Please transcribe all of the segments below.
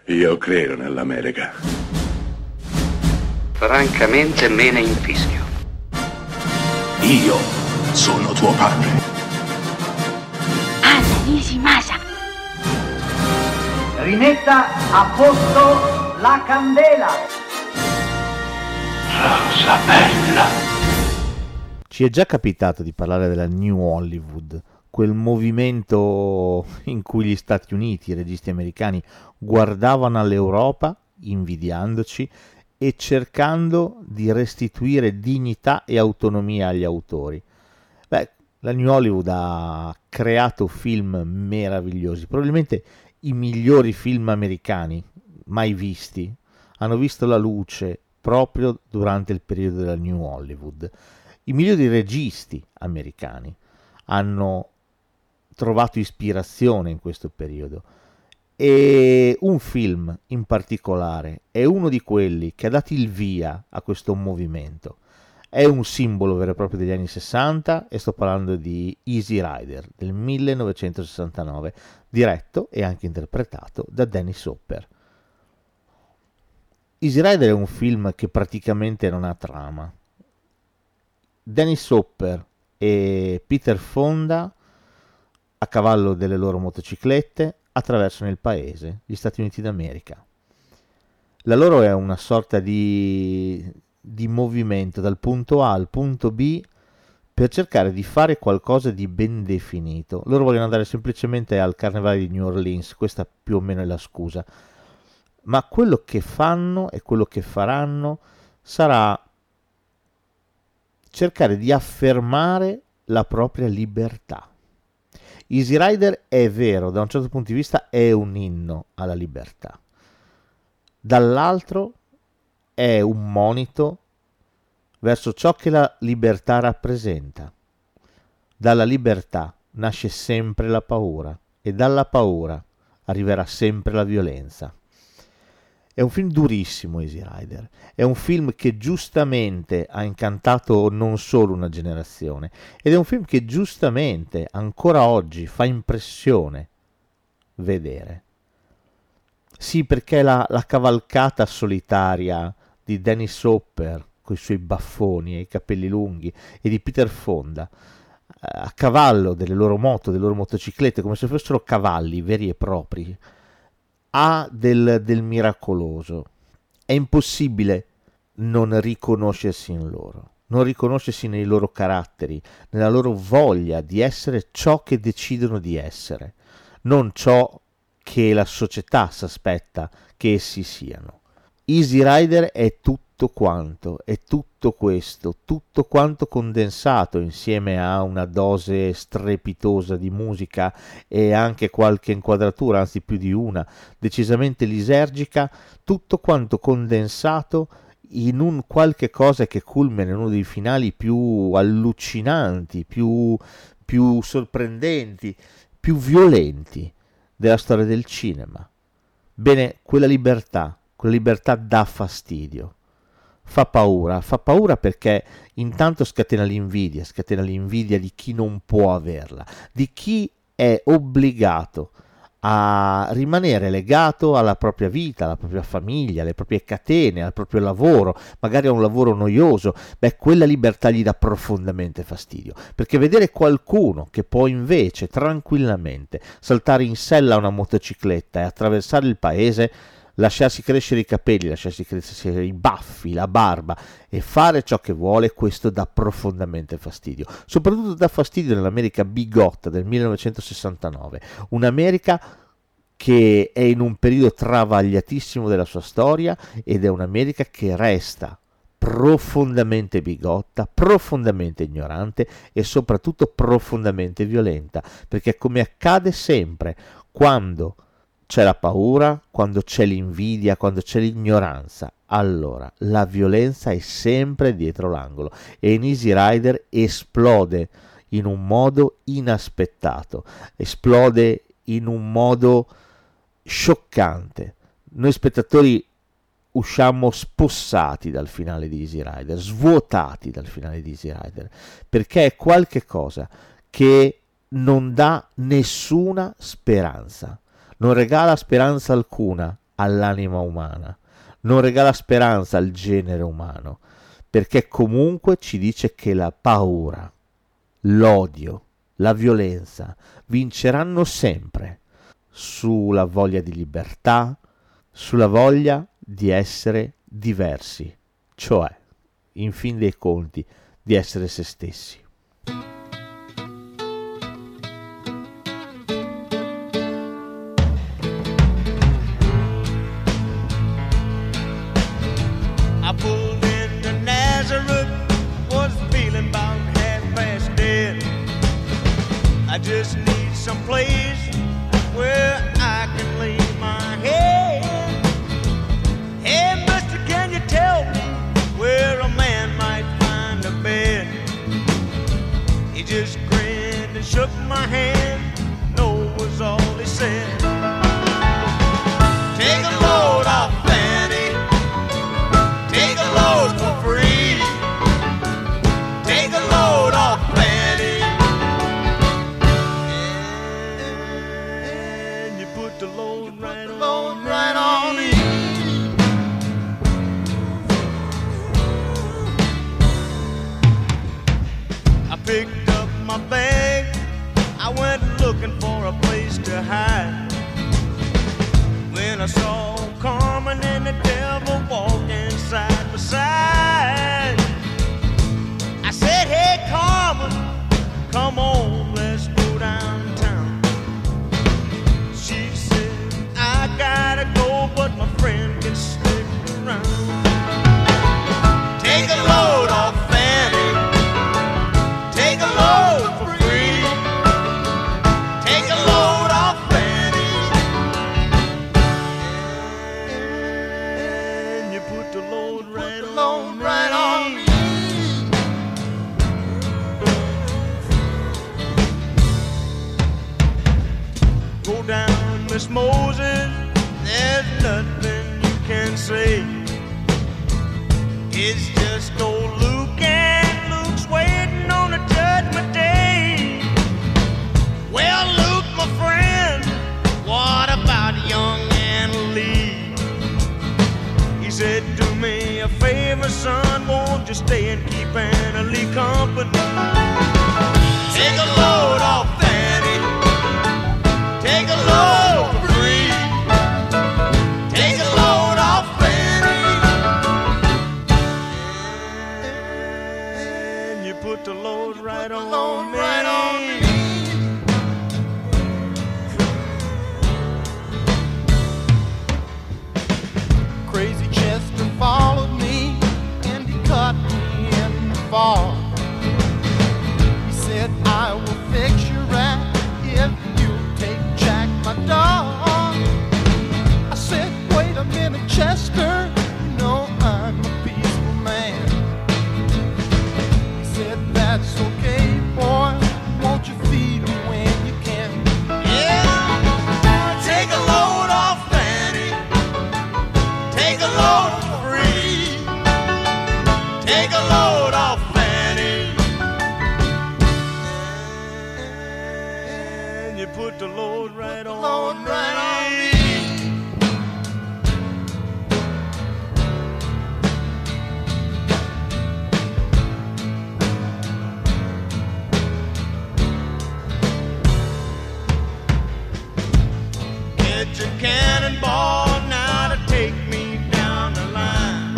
Io credo nell'America. Francamente me ne infischio. Io sono tuo padre. Anna Nishimasa. Rimetta a posto la candela. Rosa bella. Ci è già capitato di parlare della New Hollywood, quel movimento in cui gli Stati Uniti, i registi americani, guardavano all'Europa, invidiandoci, e cercando di restituire dignità e autonomia agli autori. Beh, la New Hollywood ha creato film meravigliosi, probabilmente i migliori film americani mai visti, hanno visto la luce proprio durante il periodo della New Hollywood. I migliori registi americani hanno trovato ispirazione in questo periodo. E un film in particolare è uno di quelli che ha dato il via a questo movimento. È un simbolo vero e proprio degli anni 60 e sto parlando di Easy Rider del 1969, diretto e anche interpretato da Dennis Hopper. Easy Rider è un film che praticamente non ha trama. Dennis Hopper e Peter Fonda, a cavallo delle loro motociclette, attraversano il paese, gli Stati Uniti d'America. La loro è una sorta di movimento dal punto A al punto B per cercare di fare qualcosa di ben definito. Loro vogliono andare semplicemente al carnevale di New Orleans, questa più o meno è la scusa. Ma quello che fanno e quello che faranno sarà cercare di affermare la propria libertà. Easy Rider è vero, da un certo punto di vista è un inno alla libertà, dall'altro è un monito verso ciò che la libertà rappresenta. Dalla libertà nasce sempre la paura e dalla paura arriverà sempre la violenza. È un film durissimo, Easy Rider, è un film che giustamente ha incantato non solo una generazione, ed è un film che giustamente ancora oggi fa impressione vedere. Sì, perché la cavalcata solitaria di Dennis Hopper, con i suoi baffoni e i capelli lunghi, e di Peter Fonda, a cavallo delle loro moto, delle loro motociclette, come se fossero cavalli veri e propri, ha del miracoloso. È impossibile non riconoscersi in loro, non riconoscersi nei loro caratteri, nella loro voglia di essere ciò che decidono di essere, non ciò che la società si aspetta che essi siano. Easy Rider è tutto quanto, è tutto questo, tutto quanto condensato insieme a una dose strepitosa di musica e anche qualche inquadratura, anzi più di una, decisamente lisergica, tutto quanto condensato in un qualche cosa che culmina in uno dei finali più allucinanti, più sorprendenti, più violenti della storia del cinema. Bene, quella libertà dà fastidio, fa paura perché intanto scatena l'invidia di chi non può averla, di chi è obbligato a rimanere legato alla propria vita, alla propria famiglia, alle proprie catene, al proprio lavoro, magari a un lavoro noioso. Beh, quella libertà gli dà profondamente fastidio, perché vedere qualcuno che può invece tranquillamente saltare in sella a una motocicletta e attraversare il paese, lasciarsi crescere i capelli, lasciarsi crescere i baffi, la barba e fare ciò che vuole, questo dà profondamente fastidio. Soprattutto dà fastidio nell'America bigotta del 1969, un'America che è in un periodo travagliatissimo della sua storia ed è un'America che resta profondamente bigotta, profondamente ignorante e soprattutto profondamente violenta, perché come accade sempre quando c'è la paura, quando c'è l'invidia, quando c'è l'ignoranza, allora la violenza è sempre dietro l'angolo e in Easy Rider esplode in un modo inaspettato, esplode in un modo scioccante. Noi spettatori usciamo spossati dal finale di Easy Rider, svuotati dal finale di Easy Rider, perché è qualche cosa che non dà nessuna speranza. Non regala speranza alcuna all'anima umana, non regala speranza al genere umano, perché comunque ci dice che la paura, l'odio, la violenza vinceranno sempre sulla voglia di libertà, sulla voglia di essere diversi, cioè, in fin dei conti, di essere se stessi. I pulled into Nazareth, was feeling about half past dead. I just need some place where I can lay my head. Hey, mister, can you tell me where a man might find a bed? He just grinned and shook my hand, no was all he said. Take a load off Fanny, take a load for free. Take a load off Fanny, and you put the load right on me. I picked up my bag, I went looking for a place to hide. When I saw Carmen and the devil walking side by side, I said, hey Carmen, come on, let's go downtown. She said, I gotta go, but my friend can stick around. Take a load off Fanny, take a load for free. Take a load off Fanny, and you put the load right on me. Go down, Miss Moses, there's nothing you can say. It's just old Luke, and Luke's waiting on the judgment day. Well, Luke, my friend, what about young Anna Lee? He said, do me a favor, son, won't you stay and keep Anna Lee company? Take a load off Fanny, take a load for free. Take a load off Fanny, and you put the load right on me. Crazy Chester followed me and he cut me in the fall. He said, I will fix your rat if you take Jack, my dog. I said, wait a minute, Chester, you know I'm a peaceful man. He said, that's okay, boy, won't you feed him when you can? Yeah, take a load off Fanny, take a load for free. Take a load off Fanny, and you put the load right on me. Get your cannonball now to take me down the line.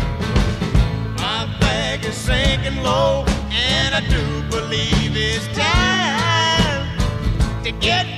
My bag is sinking low, and I do believe it's time to get